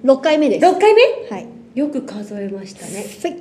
6回目です。 6回目？ はい。 よく数えましたね。 6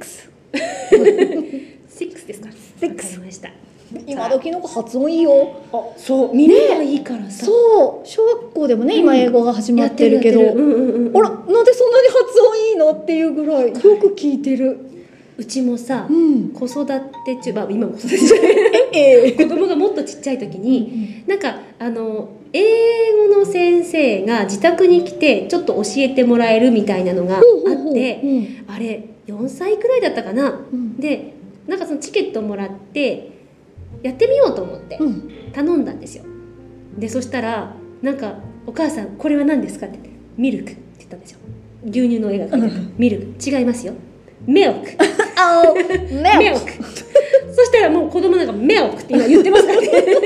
6ですか。 6。 わかりました。 今時の子発音いいよ。 あ、そう。耳がいいからさ。 そう。小学校でもね、今英語が始まってるけど、あら、なんでそんなに発音いいのっていうぐらいよく聞いてる。 うちもさ、子育て中、今も子育て中、子供がもっとちっちゃい時に、なんか英語の先生が自宅に来てちょっと教えてもらえるみたいなのがあって、あれ4歳くらいだったかな、でなんかそのチケットをもらってやってみようと思って頼んだんですよ。でそしたらなんか「お母さんこれは何ですか?」って言って「ミルク」って言ったんですよ。牛乳の絵が描いてあるミルク違いますよ、ミルクミルクそしたらもう子供なんかミルクって今言ってますからね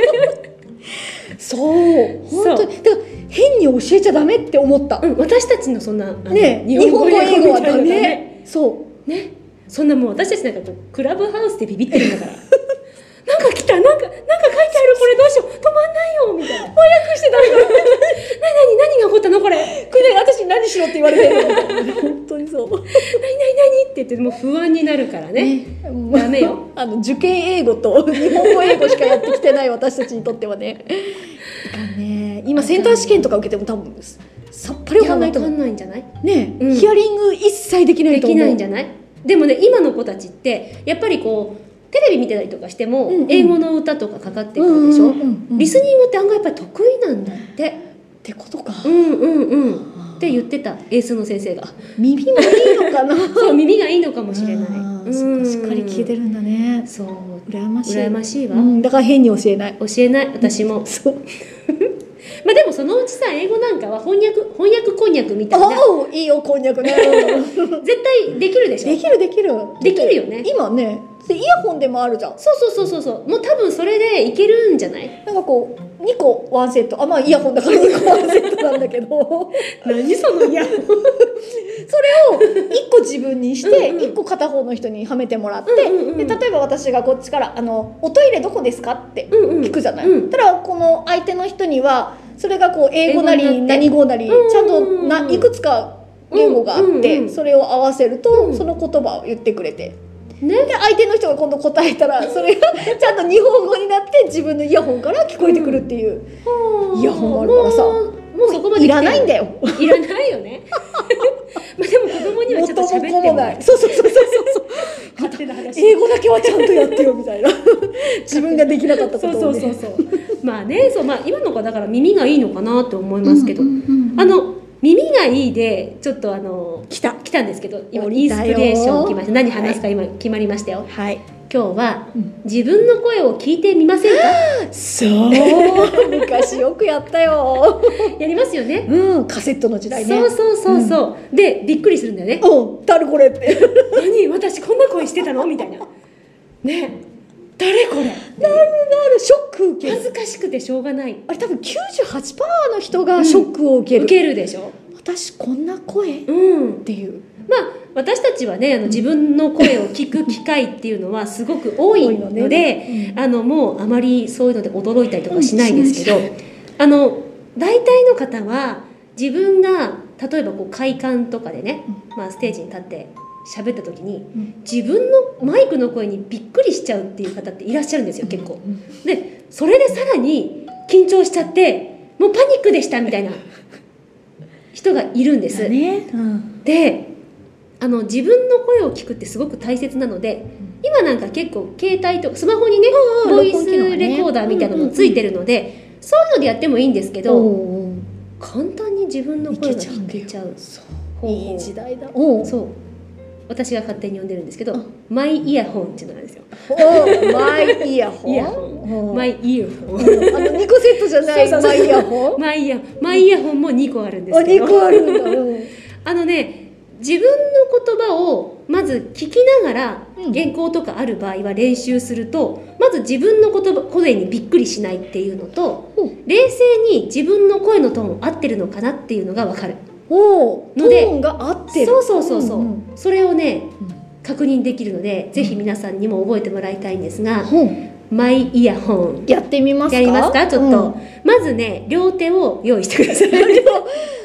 そう本当にだから変に教えちゃダメって思った、 私たちのそんなね日本語英語はダメそうね、 そんなもう私たちなんかクラブハウスでビビってるんだからなんか来たなんか書いてあるこれどうしよう止まんないよみたいな翻訳してダメだ何が起こったのこれ私何しろって言われてるの本当にそう何って言ってもう不安になるからねダメよ受験英語と日本語英語しかやってきてない私たちにとってはね今センター試験とか受けても多分さっぱり分かんないと思う。 分かんないんじゃないね、ヒアリング一切できないと思う。 できないんじゃない。でもね今の子たちってやっぱりこうテレビ見てたりとかしても、英語の歌とかかかってくるでしょ、リスニングって案外やっぱり得意なんだってことか。 って言ってたエースの先生が。 耳もいいのかなそう耳がいいのかもしれない。 しっかり聞いてるんだね。 そう羨ましいわ、 だから変に教えない私もそうまあでもそのうちさ英語なんかは翻訳こんにゃくみたいな。 いいよこんにゃくね絶対できるでしょ。 できるよね今ね。イヤホンでもあるじゃん。 そうもう多分それでいけるんじゃない。 なんかこう2個ワンセットイヤホンだから2個ワンセットなんだけど何そのイヤホンそれを1個自分にして1個片方の人にはめてもらって、で例えば私がこっちからおトイレどこですか?って聞くじゃない、たらこの相手の人にはそれがこう英語なり何語なりちゃんといくつか言語があってそれを合わせるとその言葉を言ってくれて、で相手の人が今度答えたらそれがちゃんと日本語になって自分のイヤホンから聞こえてくるっていうイヤホンあるからさ、もうそこまでいらないんだよ。 いらないよねまあでも子供にはちょっと喋ってもない。 そう勝手な話。 英語だけはちゃんとやってよみたいな自分ができなかったことをね。 まあね今の子だから耳がいいのかなって思いますけど、耳がいいでちょっと来たんですけど、今インスピレーション来ました。何話すか今決まりましたよ。はい。今日は自分の声を聞いてみませんか。 そう昔よくやったよやりますよね。 カセットの時代ね。 そうでびっくりするんだよね。 誰これって何私こんな声してたのみたいなね。誰これ。なるショック受ける。 恥ずかしくてしょうがない。 あれ多分 98% の人がショックを受けるでしょ。 私こんな声っていう。 まあ私たちはね自分の声を聞く機会っていうのはすごく多いので、もうあまりそういうので驚いたりとかしないですけど、大体の方は自分が例えばこう会館とかでね、ステージに立って喋った時に自分のマイクの声にびっくりしちゃうっていう方っていらっしゃるんですよ結構。でそれでさらに緊張しちゃってもうパニックでしたみたいな人がいるんです。で自分の声を聞くってすごく大切なので、今なんか結構携帯とかスマホにねボイスレコーダーみたいなのついてるので、そういうのでやってもいいんですけど、簡単に自分の声が聞けちゃう。 いい時代だ。 そう私が勝手に呼んでるんですけど、マイイヤホンっていうのなんですよ。 マイイヤホン。 マイイヤホン。 2個セットじゃないマイイヤホン。 マイイヤホンも2個あるんですけど。 2個あるんだ。 自分の言葉をまず聞きながら原稿とかある場合は練習すると、まず自分の声にびっくりしないっていうのと、冷静に自分の声のトーン合ってるのかなっていうのが分かるトーンが合ってる。 それをね確認できるので、ぜひ皆さんにも覚えてもらいたいんですが、マイイヤホンやってみますか。 ちょっと、まずね両手を用意してください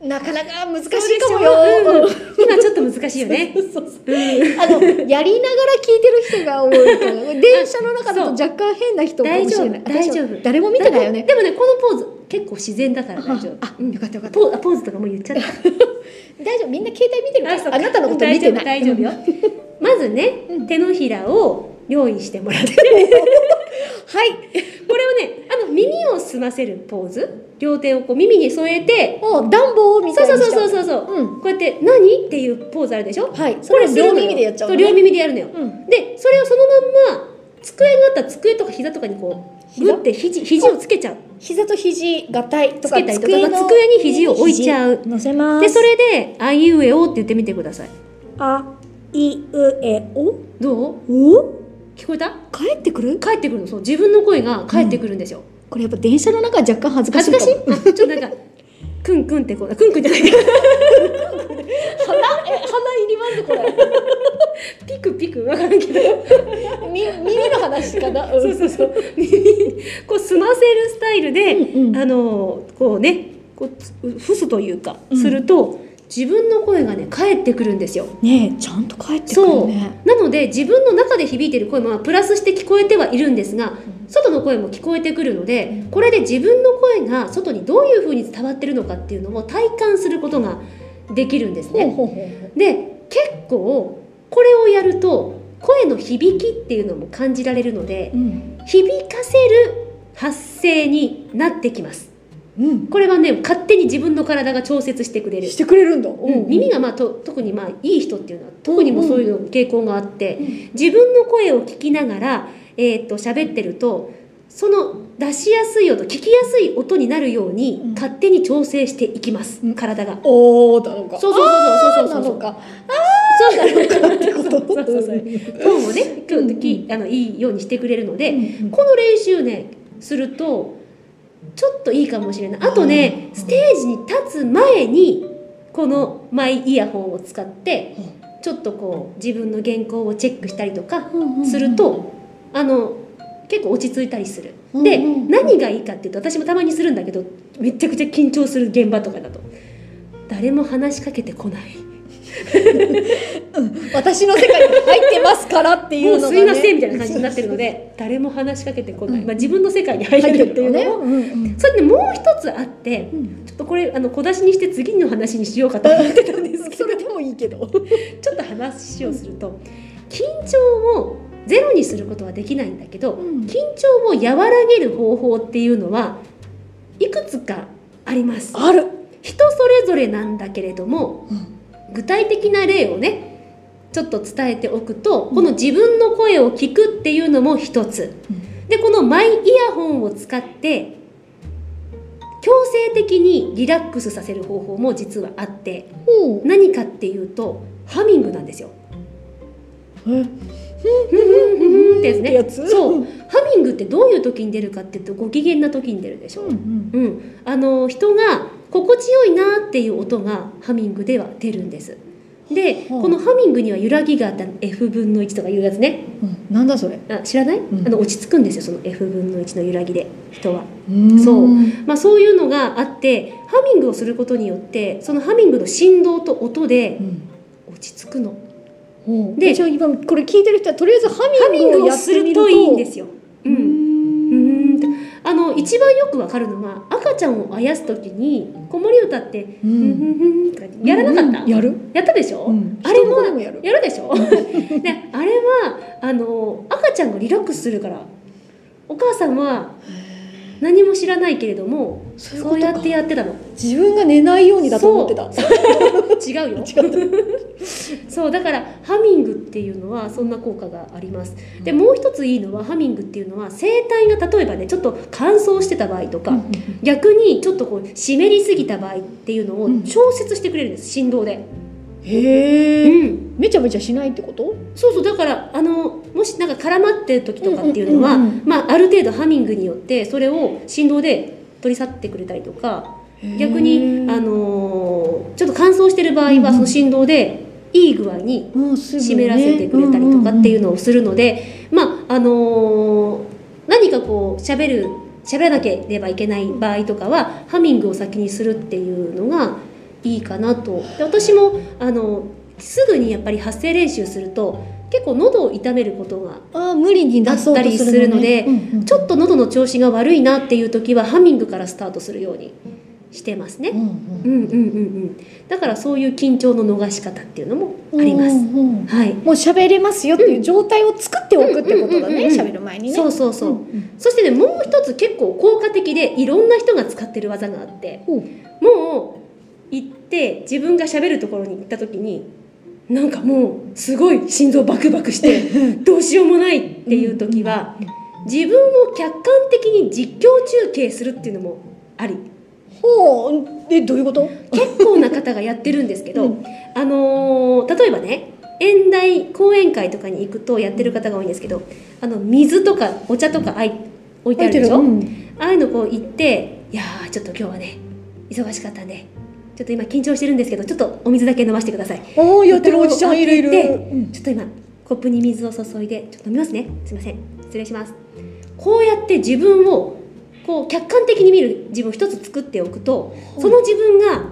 なかなか難しいかもよ。 今ちょっと難しいよね。 やりながら聞いてる人が多いから電車の中だと若干変な人かもしれない。 大丈夫。 誰も見てないよね。 でもね、このポーズ結構自然だから大丈夫。 あ、よかったよかった。 ポーズとかも言っちゃった。 大丈夫、みんな携帯見てるから。あなたのこと見てない。 大丈夫よ。まずね、手のひらを用意してもらってはい、 これをね、耳を澄ませるポーズ、両手をこう耳に添えて、 暖房みたいな。 そう、こうやって何っていうポーズあるでしょ。 はい、それ両耳でやっちゃうのね。 両耳でやるのよ。でそれをそのまんま机があったら机とか膝とかにこうグッて肘をつけちゃう。 膝と肘がたいとかつけたりとか、机に肘を置いちゃう。 乗せます。 でそれであいうえおって言ってみてください。 あいうえお。 どう？ お？ 聞こえた？ 帰ってくるの。そう、自分の声が帰ってくるんですよ。 これやっぱ電車の中は若干恥ずかしいかも。 恥ずかしい？ちょっとなんかクンクンってこう、クンクンじゃない。鼻いりますこれ。 ピクピクわからんけど。 耳の話かな。 そう耳こう澄ませるスタイルで、こうね、こう伏すというかすると。自分の声がね返ってくるんですよ。 ねえ、ちゃんと返ってくるね。 そうなので自分の中で響いている声もプラスして聞こえてはいるんですが、外の声も聞こえてくるので、これで自分の声が外にどういうふうに伝わってるのかっていうのを体感することができるんですね。で結構これをやると声の響きっていうのも感じられるので、響かせる発声になってきます。これはね、勝手に自分の体が調節してくれる。 してくれるんだ。 耳が特にいい人っていうのは特にもそういうの傾向があって、自分の声を聞きながら喋ってると、その出しやすい音、聞きやすい音になるように勝手に調整していきます、体が。 おー、なのか。 そうなのか。そうなのかってこと。 トーンをね、いいようにしてくれるので、この練習ねするとちょっといいかもしれない。あとね、ステージに立つ前にこのマイイヤホンを使ってちょっとこう自分の原稿をチェックしたりとかすると結構落ち着いたりする。で、何がいいかっていうと、私もたまにするんだけど、めちゃくちゃ緊張する現場とかだと誰も話しかけてこない私の世界に入ってますからっていうのが、ね、 もうすいませんみたいな感じになってるので誰も話しかけてこない、自分の世界に入ってるっていうのを、それでもう一つあって、ちょっとこれ小出しにして次の話にしようかと思ってたんですけどそれでもいいけどちょっと話をすると、緊張をゼロにすることはできないんだけど、緊張を和らげる方法っていうのはいくつかあります。 ある。 人それぞれなんだけれども、具体的な例をねちょっと伝えておくと、この自分の声を聞くっていうのも一つ、でこのマイイヤホンを使って強制的にリラックスさせる方法も実はあって、何かっていうとハミングなんですよ。ってやつね。そう、ハミングってどういう時に出るかっていうと、ご機嫌な時に出るでしょ。人が心地よいなっていう音がハミングでは出るんです。で、このハミングには揺らぎがあった F 分の1とかいうやつね。 なんだそれ。 知らない？落ち着くんですよ、その F 分の1の揺らぎで人は。そういうのがあって、ハミングをすることによってそのハミングの振動と音で落ち着くの。 で、じゃあ今これ聞いてる人はとりあえずハミングをするといいんですよ。 一番よくわかるのが、赤ちゃんをあやすときに子守歌ってやらなかった？やったでしょ。あれもやるでしょ。であれは赤ちゃんがリラックスするから、お母さんは何も知らないけれどもそうやってやってたの。 自分が寝ないようにだと思ってた。 違うよ。そうだからハミングっていうのはそんな効果があります。でもう一ついいのは、ハミングっていうのは声帯が例えばねちょっと乾燥してた場合とか、逆にちょっとこう湿りすぎた場合っていうのを調節してくれるんです、振動で。めちゃめちゃしないってこと？そうだからもしなんか絡まってる時とかっていうのは、ある程度ハミングによってそれを振動で取り去ってくれたりとか、逆にちょっと乾燥してる場合はその振動でいい具合に湿らせてくれたりとかっていうのをするので、何かこう喋らなければいけない場合とかはハミングを先にするっていうのがいいかなと。で私もすぐにやっぱり発声練習すると結構喉を痛めることが無理にあったりするので、ちょっと喉の調子が悪いなっていう時はハミングからスタートするようにしてますね。だからそういう緊張の逃し方っていうのもあります。はい。 もう喋れますよっていう状態を作っておくってことだね。喋る前にね。 そうそうそう。そしてね、もう一つ結構効果的でいろんな人が使ってる技があって、もう行って自分が喋るところに行った時になんかもうすごい心臓バクバクしてどうしようもないっていう時は自分を客観的に実況中継するっていうのもあり。 どういうこと？ 結構な方がやってるんですけど、例えばね、演題講演会とかに行くとやってる方が多いんですけど、水とかお茶とか置いてあるでしょ。ああいうのこう行って、いやーちょっと今日はね忙しかったんでちょっと今緊張してるんですけどちょっとお水だけ飲ませてください。 やってるおじちゃんいるいる。 ちょっと今コップに水を注いでちょっと飲みますね。すいません、失礼します。こうやって自分をこう客観的に見る自分を一つ作っておくと、その自分が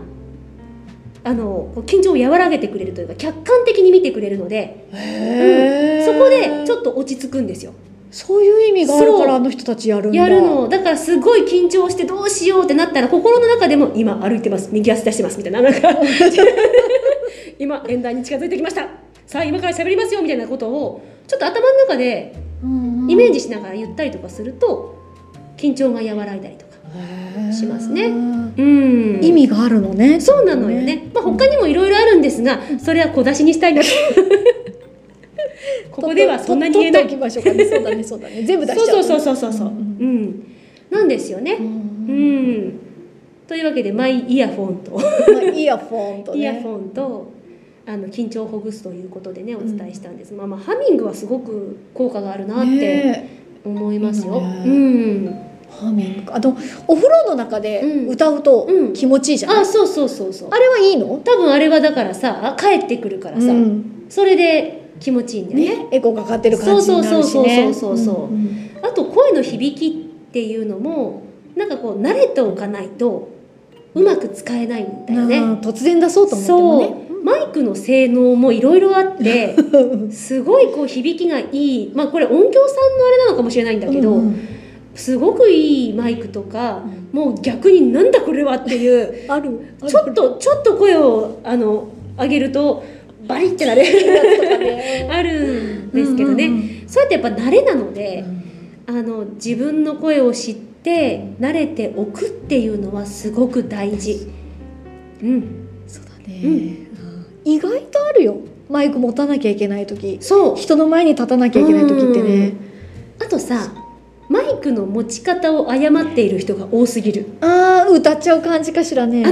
緊張を和らげてくれるというか客観的に見てくれるので、そこでちょっと落ち着くんですよ。 そういう意味があるからあの人たちやるんだ。 やるの。だからすごい緊張してどうしようってなったら心の中でも今歩いてます、右足出してますみたいな、なんか今演台に近づいてきました、さあ今から喋りますよみたいなことをちょっと頭の中でイメージしながら言ったりとかすると緊張が和らいだりとかしますね。 意味があるのね。 そうなのよね。他にもいろいろあるんですが、それは小出しにしたいなとここではそんなに言えない。 取っておきましょうかね。そうだねそうだね。全部出しちゃう。 そう。なんですよね。というわけでマイイヤフォンとイヤフォンとね。 イヤフォンと緊張をほぐすということでねお伝えしたんです。ハミングはすごく効果があるなって思いますよ。 ハミング。お風呂の中で歌うと気持ちいいじゃない。 そう。 あれはいいの？ 多分あれはだからさ帰ってくるからさ、それで気持ちいいんだよね。 エコーかかってる感じになるしね。 そう。あと声の響きっていうのもなんかこう慣れておかないとうまく使えないんだよね。 突然出そうと思ってもね。 マイクの性能もいろいろあってすごいこう響きがいい、これ音響さんのあれなのかもしれないんだけど、すごくいいマイクとか、もう逆になんだこれはっていうちょっと声を上げるとバリってなるやつとかねあるんですけどね、そうやってやっぱ慣れなので、自分の声を知って慣れておくっていうのはすごく大事。 そうだね。意外とあるよ。マイク持たなきゃいけない時、 そう人の前に立たなきゃいけない時ってね。 あとさ、マイクの持ち方を誤っている人が多すぎる。 歌っちゃう感じかしらね。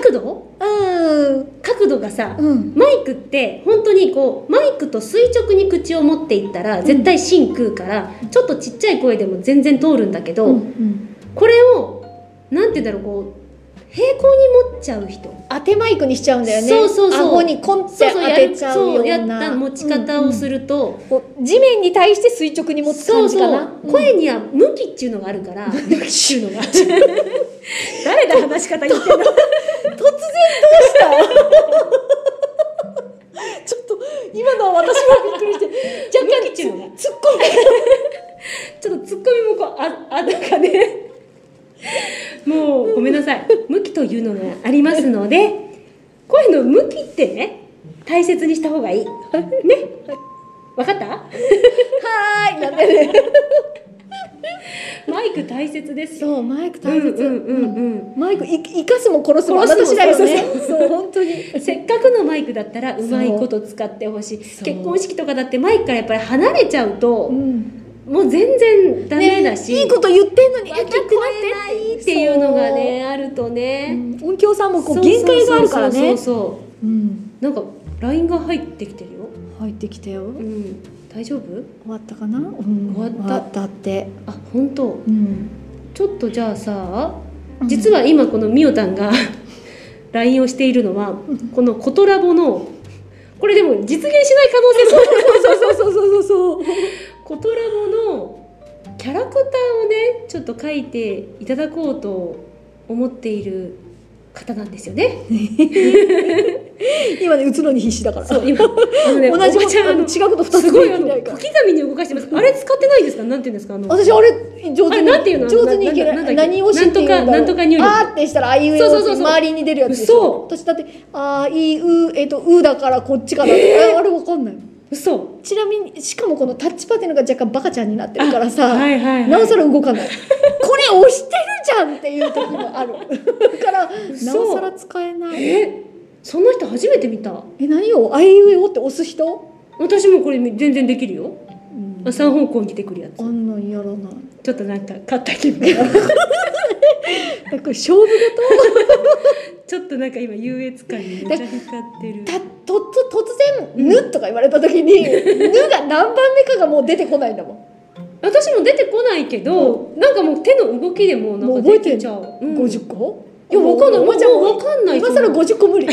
角度がさ、マイクって本当にこうマイクと垂直に口を持っていったら絶対芯食うから、ちょっとちっちゃい声でも全然通るんだけど、これをなんて言うんだろう、こう平行に持っちゃう人、 当てマイクにしちゃうんだよね。 そう顎にコンって当てちゃうような、 やった持ち方をすると、 地面に対して垂直に持つ感じかな。 声には向きっていうのがあるから向きっていうのが誰だ話し方言ってんの突然どうしたちょっと今のは私もびっくりして若干ツッコミちょっとツッコミもこうなんかねもうごめんなさい、向きというのがありますので、声の向きってね大切にした方がいいね。分かった？はーい、なんでねマイク大切です。 そう、マイク大切。マイク生かすも殺すも私だよね。そう、本当に。 せっかくのマイクだったらうまいこと使ってほしい。結婚式とかだってマイクからやっぱり離れちゃうと、もう全然ダメだし、 いいこと言ってんのに聞こえないっていうのがねあるとね、 音響さんもこう限界があるからね。 なんか LINE が入ってきてるよ。 入ってきたよ。 大丈夫？ 終わったかな？終わったって。 本当。ちょっとじゃあさ、実は今このみおたんがLINE をしているのはこのコトラボの、これでも実現しない可能性そうコトラボのキャラクターをねちょっと描いていただこうと思っている方なんですよね。 今ね打つのに必死だから。 そう今ね、 同じこと違うこと2つすごいできないから。 小刻みに動かしてます。あれ使ってないですか？なんていうんですか？ 私あれ上手になんていうの？ 上手にいけない。何をしっていうんだろう。 なんとか入力。 あーってしたらあいうえおって周りに出るやつでしょ。私だってあいうだからこっちかなって。あれわかんない。 嘘。 ちなみにしかもこのタッチパネルが若干バカちゃんになってるからさ、 なおさら動かない。これ押してるじゃんっていう時もある。だからなおさら使えない。 そんな人初めて見た。 何をあいうえおって押す人？ 私もこれ全然できるよ。三方向に出てくるやつ。 あんなんやらない。 ちょっとなんか勝った気分。 なんか勝負ちょっとなんか今優越感にめっちゃ光ってる。 突然「ぬ」とか言われた時に「ぬ」が何番目かがもう出てこないんだもん。 私も出てこないけど、なんかもう手の動きでもなんか出てちゃう。 50個？ いやわかんない。もうわかんない。 今更50個無理。 も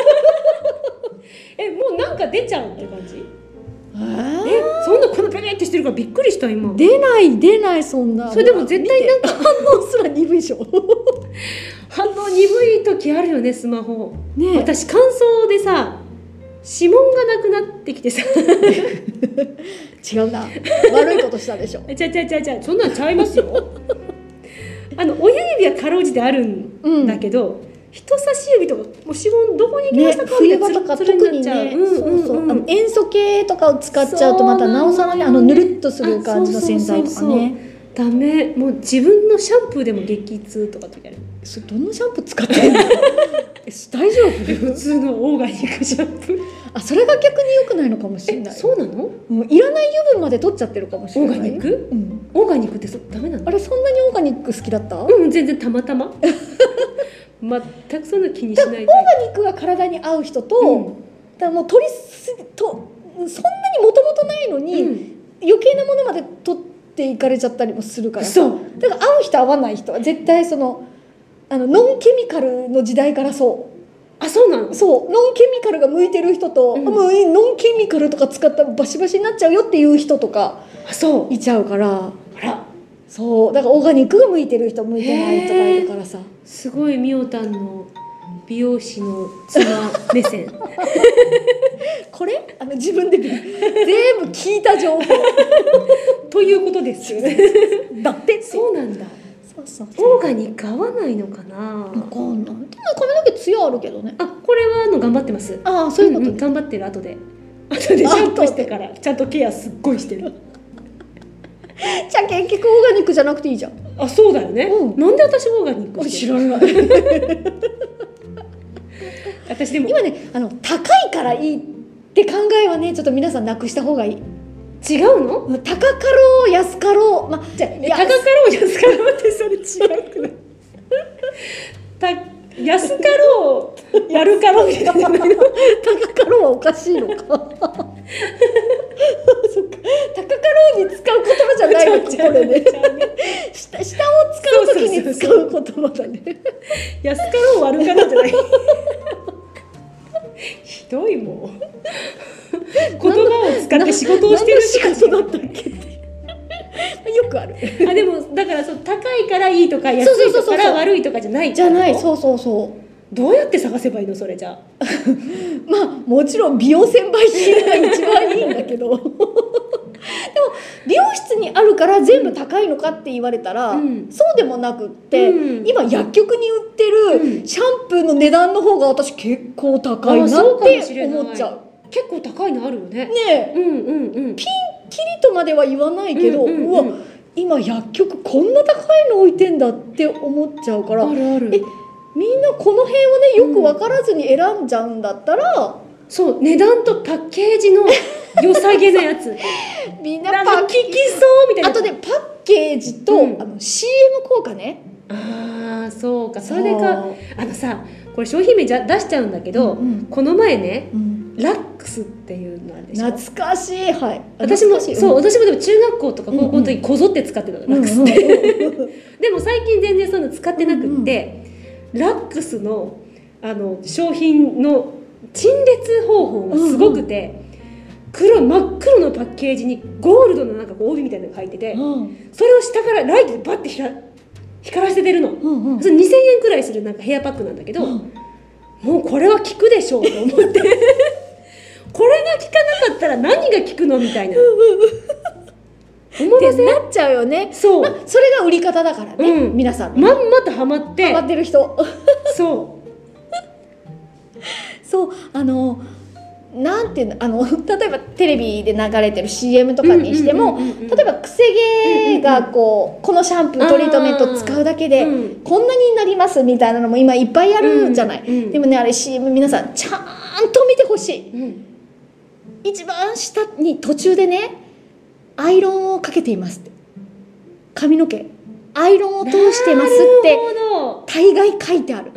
うなんか出ちゃうって感じ？そんなこのペレってしてるからびっくりした今。 出ないそんな。 それでも絶対なんか反応すら鈍いでしょ。 反応鈍い時あるよねスマホ。 ね、 私乾燥でさ指紋がなくなってきてさ。 違うな。悪いことしたでしょ。 ちゃそんなんちゃいますよ。親指はかろうじてあるんだけど、人差し指とかもう指紋どこに行きましたか？ 冬場とか特にね、塩素系とかを使っちゃうとまたなおさらね、ぬるっとする感じの洗剤とかね。 ダメ。もう自分のシャンプーでも激痛とか時ある。 それどんなシャンプー使ってるの？大丈夫？ 普通のオーガニックシャンプー。 それが逆に良くないのかもしれない。 そうなの？ いらない油分まで取っちゃってるかもしれない。 オーガニック？オーガニックってダメなの？ あれそんなにオーガニック好きだった？ 全然たまたま。全くそんな気にしない。オーガニックが体に合う人と、だもう取りすぎとそんなにもともとないのに、余計なものまで取っていかれちゃったりもするから。そう。だから合う人合わない人は絶対ノンケミカルの時代からそう。 そうなの？そう。 ノンケミカルが向いてる人と、もうノンケミカルとか使ったらバシバシになっちゃうよっていう人とかいちゃうから。そうだからオーガニックが向いてる人向いてない人がいるからさ。 すごいみおたんの美容師の妻目線。 これ自分で全部聞いた情報ということですよね。 だってそうなんだ。 そうオーガニック合わないのかな。 分かんない。でも髪の毛ツヤあるけどね。 これは頑張ってます。 そういうこと、 頑張ってる。後でシャンプーしてからちゃんとケアすっごいしてる。 じゃあ結局オーガニックじゃなくていいじゃん。 そうだよね。なんで私オーガニック知らない。 私でも今ね高いからいいって考えはねちょっと皆さんなくした方がいい。 違うの？ 高かろう安かろう、 じゃあ高かろう安かろうってそれ違うくない？安かろう悪かろうみたいな。 高かろうはおかしいのか。そっか、高かろうに使う言葉じゃないのかこれね。下を使うときに使う言葉だね。 安かろう悪かろうじゃない。ひどいもん。言葉を使って仕事をしてる仕事だったっけって。よくある。 でもだから高いからいいとか安いから悪いとかじゃない。 じゃない。そう。 どうやって探せばいいのそれじゃ。 もちろん美容専売品が一番いいんだけど。でも美容室にあるから全部高いのかって言われたら、そうでもなくって、今薬局に売ってるシャンプーの値段の方が私結構高いなって思っちゃう。 結構高いのあるよね。 ねえ、ピンキリとまでは言わないけど、今薬局こんな高いの置いてんだって思っちゃうから。みんなこの辺をねよく分からずに選んじゃうんだったら、 そう値段とパッケージの良さげなやつ。 みんなパッケージそうみたいな。 あとねパッケージと、CM 効果ね。 そうか。それでかさこれ商品名出しちゃうんだけど、この前ね、ラックスっていうのあるでしょ。 懐かしい。はい。 私もでも中学校とか高校の時こぞって使ってたの、ラックスって。でも最近全然そういうの使ってなくって、ラックスの商品の陳列方法がすごくて、真っ黒のパッケージにゴールドのなんか帯みたいなのが入ってて、それを下からライトでバッて光らせてるの、それ2000円くらいするなんかヘアパックなんだけど、もうこれは効くでしょうと思ってこれが効かなかったら何が効くのみたいな思いません？ なっちゃうよね。 そう、 それが売り方だからね、皆さんね、 まんまとハマってハマってる人そうなんていうの、例えばテレビで流れてる CM とかにしても、例えばくせ毛がこのシャンプートリートメントを使うだけでこんなになりますみたいなのも今いっぱいあるじゃない、でもね、あれ CM 皆さんちゃんと見てほしい、一番下に途中でね、アイロンをかけていますって、髪の毛アイロンを通してますって大概書いてある。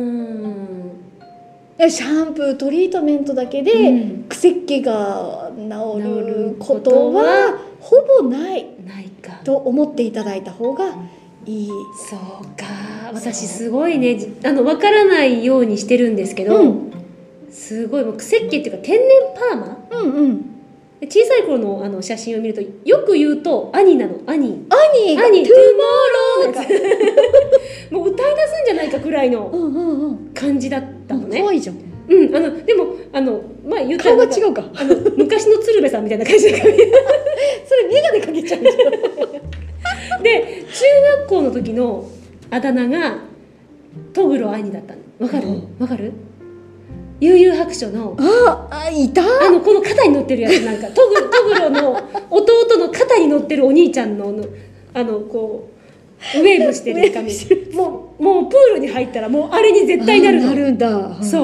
シャンプートリートメントだけでくせっ毛が治ることはほぼないと思っていただいた方がいい。 そうか、私すごいね、分からないようにしてるんですけど、すごいもうくせっ毛っていうか天然パーマ、小さい頃の写真を見るとよく言うと兄なの、兄トゥーモローもう歌い出すんじゃないかくらいの感じだったのね。 可愛いじゃん。 でも前言った顔が違うか。 昔の鶴瓶さんみたいな感じでそれ眼鏡かけちゃうじゃん。 で中学校の時のあだ名がトグロ兄だったの。わかる？わかる？悠々白書のいたこの肩に乗ってるやつ、なんかトグロの弟の肩に乗ってるお兄ちゃんのこうウェーブしてる髪もうプールに入ったらもうあれに絶対なるの。 なるんだ。 そう、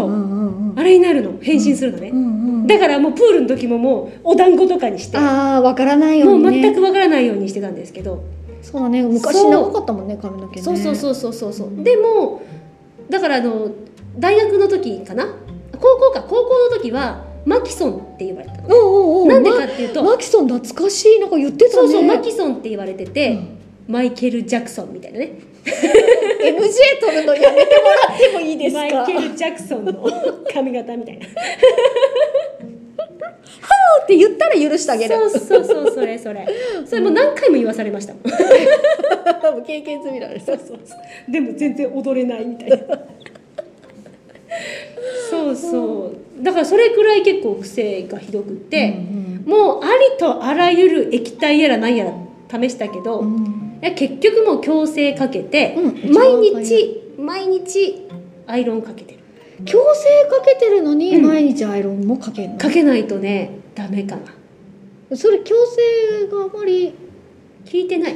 あれになるの、変身するのね、だからもうプールの時ももうお団子とかにしてわからないようにね、 もう全くわからないようにしてたんですけど。 そうだね、昔長かったもんね、髪の毛ね。 そうでもだから大学の時かな、高校の時はマキソンって言われたの。なんでかっていうと、 マキソン懐かしい、なんか言ってたね。 そうマキソンって言われてて、マイケル・ジャクソンみたいなね MJ 取るのやめてもらってもいいですか。 マイケル・ジャクソンの髪型みたいなはーって言ったら許してあげる。 そうそれもう何回も言わされましたもん経験済みだね。 でも全然踊れないみたいなそうだからそれくらい結構癖がひどくて、もうありとあらゆる液体やら何やら試したけど、結局もう矯正かけて、毎日アイロンかけてる。 矯正かけてるのに毎日アイロンもかけるの？ かけないとねダメかな。 それ矯正があまり効いてない？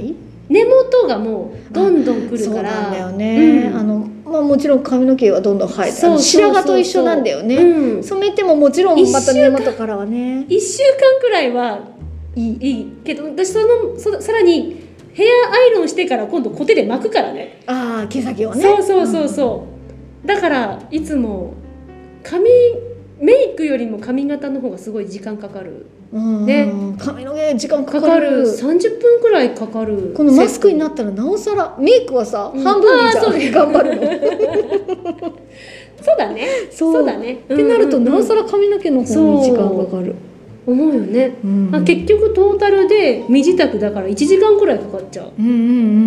根元がもうどんどんくるから。 そうなんだよね、もちろん髪の毛はどんどん生えて、白髪と一緒なんだよね、染めてももちろんまた根元からはね 1週間くらいはいいけど、私さらにヘアアイロンしてから今度コテで巻くからね。 毛先をね。 そうだからいつもメイクよりも髪型の方がすごい時間かかるね。 髪の毛時間かかる。 30分くらいかかる。 このマスクになったらなおさらメイクはさ、半分にじゃん頑張るのそうだねってなるとなおさら髪の毛の方に時間かかる。 思うよね、結局トータルで身支度だから1時間くらいかかっちゃう。髪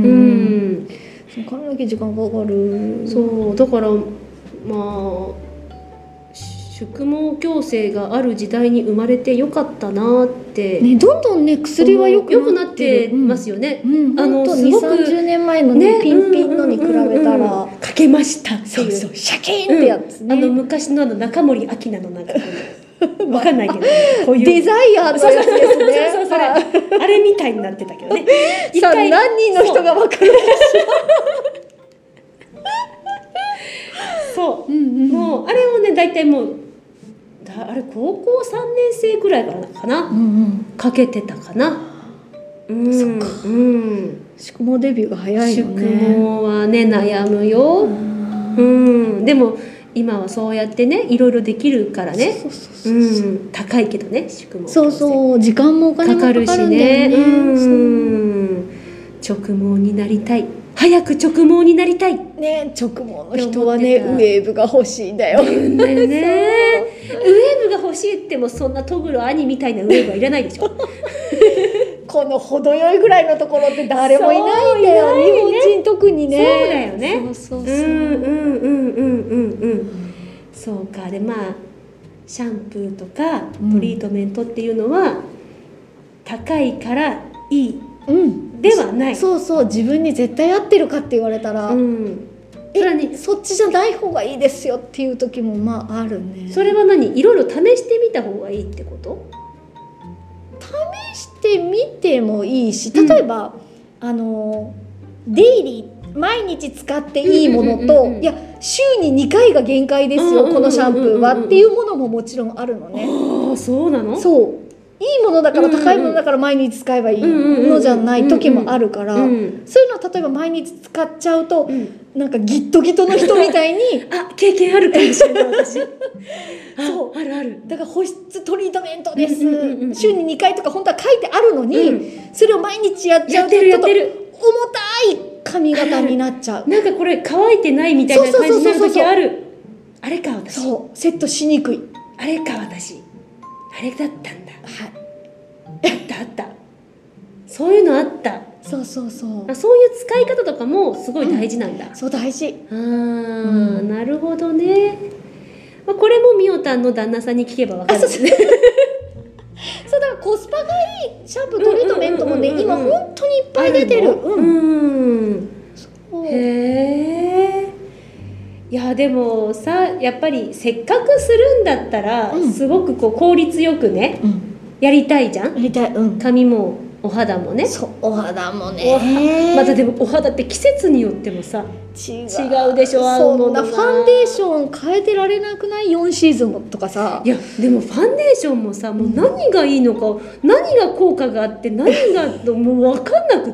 の毛時間かかる。 そうだから宿毛矯正がある時代に生まれてよかったなってね、どんどんね薬は良くなってますよね。 20-30年前のねピンピンのに比べたらかけましたっていう、 そうシャキーンってやつね。 昔の中森明菜のなんかわかんないけど、こういうデザイアーのやつですね。 あれみたいになってたけどね。 さあ何人の人がわかるかしら。 もうあれをね大体もうあれ高校3年生くらいからかな、かけてたかな。 そっか。宿毛デビューが早いよね。 宿毛はね悩むよ。でも今はそうやってねいろいろできるからね。高いけどね宿毛。 そう時間もお金もかかるしね。 直毛になりたい。早く直毛になりたいね。直毛の人はねウェーブが欲しいんだよ。 ウェーブが欲しいってもそんなトグロ兄みたいなウェーブはいらないでしょこの程よいぐらいのところって誰もいないんだよ、日本人特にね。 そうだよね。 そうそうか。でまあシャンプーとかトリートメントっていうのは、高いからいい、ではない。 そうそう、自分に絶対合ってるかって言われたら、そっちじゃない方がいいですよっていう時もまああるね。 それは何、いろいろ試してみた方がいいってこと？ 試してみてもいいし、例えば、デイリー毎日使っていいものと、いや週に2回が限界ですよ、このシャンプーはっていうものももちろんあるのね。 ああ、そうなの？ そう、いいものだから高いものだから毎日使えばいいのじゃない時もあるから、そういうのを例えば毎日使っちゃうと、なんかギットギトの人みたいに経験あるかもしれない私。そうあるある。だから保湿トリートメントです、週に2回とか本当は書いてあるのに、それを毎日やっちゃうとちょっと重たい髪型になっちゃう。 なんかこれ乾いてないみたいな感じになる時ある。あれか私。 そう、セットしにくい。 あれか私。あれだったんだ。あったそういうのあった。 そうそういう使い方とかもすごい大事なんだ。 そう、大事。 なるほどね。これもみおたんの旦那さんに聞けば分かるんですね。 そうだからコスパがいいシャンプートリートメントもね、今本当にいっぱい出てる。 へえ。いやでもさ、やっぱりせっかくするんだったら、すごくこう効率よくね、やりたいじゃん。やりたい。髪もお肌もね。 そう、お肌もね。 またでもお肌って季節によってもさ違うでしょ。 そんなファンデーション変えてられなくない？4シーズンとかさ。 いやでもファンデーションもさ、もう何がいいのか、何が効果があって何がもう分かんなくって。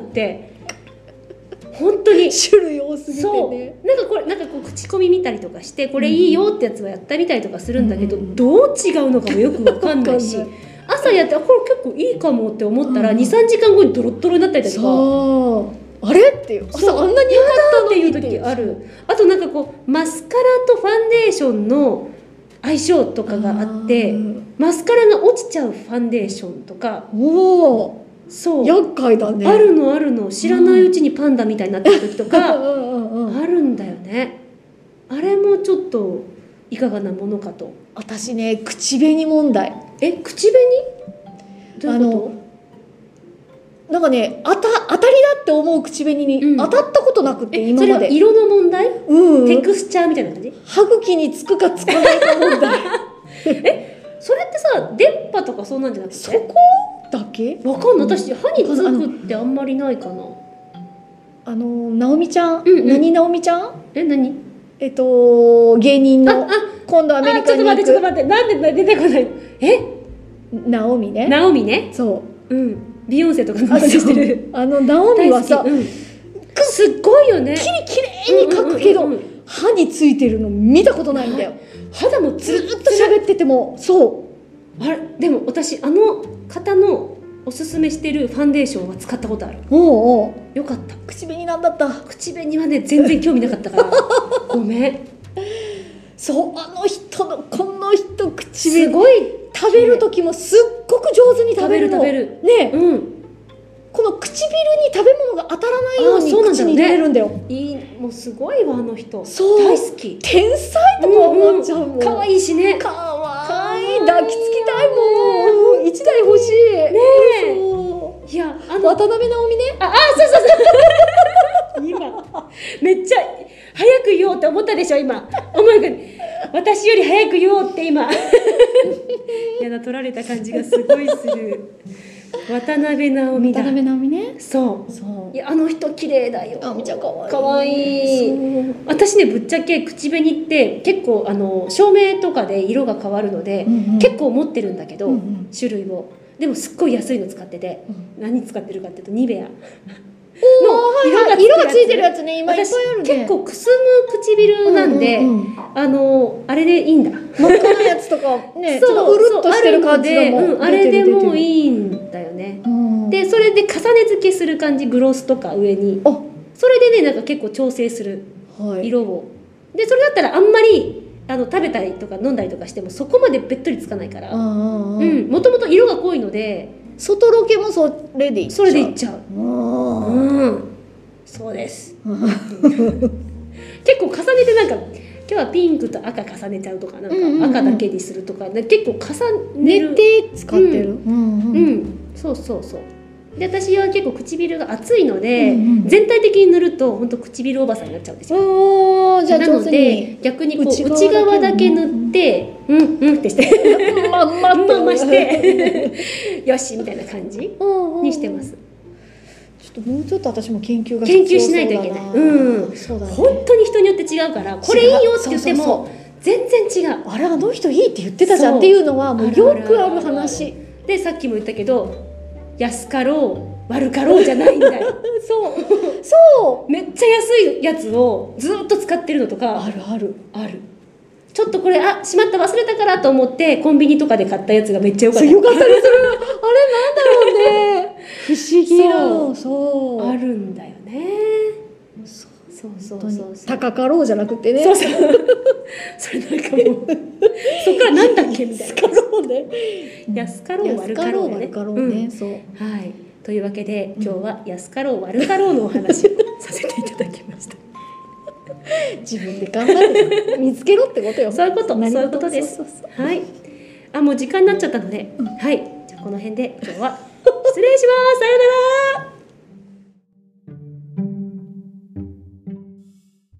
本当に種類多すぎてね。 なんかこう口コミ見たりとかして、これいいよってやつはやったみたりとかするんだけど、どう違うのかもよく分かんないし、朝やってこれ結構いいかもって思ったら、23時間後にドロッドロになったりとか、あれっていう、朝あんなに良かったのにっていう時ある。あとなんかこうマスカラとファンデーションの相性とかがあって、マスカラが落ちちゃうファンデーションとか、そう厄介だね。 あるの知らないうちにパンダみたいになってる時とかあるんだよね。あれもちょっといかがなものかと。 私ね、口紅問題。 口紅？どういうこと？ なんかね、当たりだって思う口紅に当たったことなくて、今まで。 それは色の問題？テクスチャーみたいな感じ？ 歯茎につくかつかないか問題。 それってさ、出っ歯とかそうなんじゃなくて？ そこだけ？ わかんない。私歯につくってあんまりないかな。 直美ちゃん、何直美ちゃん？ 何？ 芸人の今度アメリカに行く。 ちょっと待って、なんで出てこない？ 直美ね。 直美ね。 そう。 ビヨンセとかの話してる。 直美はさ、 すっごいよね。 きれいに描くけど、歯についてるの見たことないんだよ。 肌もずっと喋ってても、そう。 あれ、でも私方のおすすめしてるファンデーションは使ったことある。よかった。 口紅なんだった。 口紅はね、全然興味なかったからごめん。 そう、この人口紅すごい食べる時もすっごく上手に食べるの。ね、この唇に食べ物が当たらないように口に入れるんだよ。 もうすごいわ、あの人。 そう、 大好き。 天才とか思っちゃうもん。 可愛いしね。 可愛い。抱きつきたいもん。一台欲しい。ねえ。いや、 渡辺直美ね。 そう。今めっちゃ早く言おうって思ったでしょ今。お前が私より早く言おうって今。やだ、取られた感じがすごいする。渡辺直美だ。 渡辺直美ね。 そう。いや、あの人綺麗だよ。 直美ちゃん可愛い。 可愛い。私ね、ぶっちゃけ口紅って結構照明とかで色が変わるので、結構持ってるんだけど、種類を。でもすっごい安いの使ってて、何使ってるかっていうとニベア。 色がついてるやつね、今いっぱいあるね。 結構くすむ唇なんで、あれでいいんだ。 真っ赤なやつとかね、ちょっとうるっとしてる感じでもあれでもいいんだよね。でそれで重ね付けする感じ、グロスとか上に。それでね、なんか結構調整する色を。でそれだったらあんまり食べたりとか飲んだりとかしてもそこまでべっとりつかないから、もともと色が濃いので外ロケもそれでいっちゃう。 それでいっちゃう。そうです。結構重ねてなんか今日はピンクと赤重ねちゃうとか、なんか赤だけにするとか、結構重ねる。 寝て使ってる。 そうそうそう。で私は結構唇が厚いので、全体的に塗ると本当唇おばさんになっちゃうんですよ。 じゃあなので逆にこう内側だけ塗ってってしてまんましてよしみたいな感じにしてます。 ちょっともうちょっと私も研究しないといけない。本当に人によって違うからこれいいよって言っても全然違う。 あれあの人いいって言ってたじゃんっていうのはもうよくある話で、さっきも言ったけど安かろう悪かろうじゃないんだよ。そうめっちゃ安いやつをずっと使ってるのとかあるちょっとこれしまった忘れたからと思ってコンビニとかで買ったやつがめっちゃ良かった。 よかったりする。あれなんだろうね。不思議なの。そうあるんだよね。そう高かろうじゃなくてね。 それなんかもうそっからなんだっけみたいな。安かろう悪かろうね。そう。はい。というわけで今日は安かろう悪かろうのお話をさせていただきました。 自分で頑張って見つけろってことよ。 そういうことです。はい。もう時間になっちゃったので、はい。じゃあこの辺で今日は失礼します。さよなら。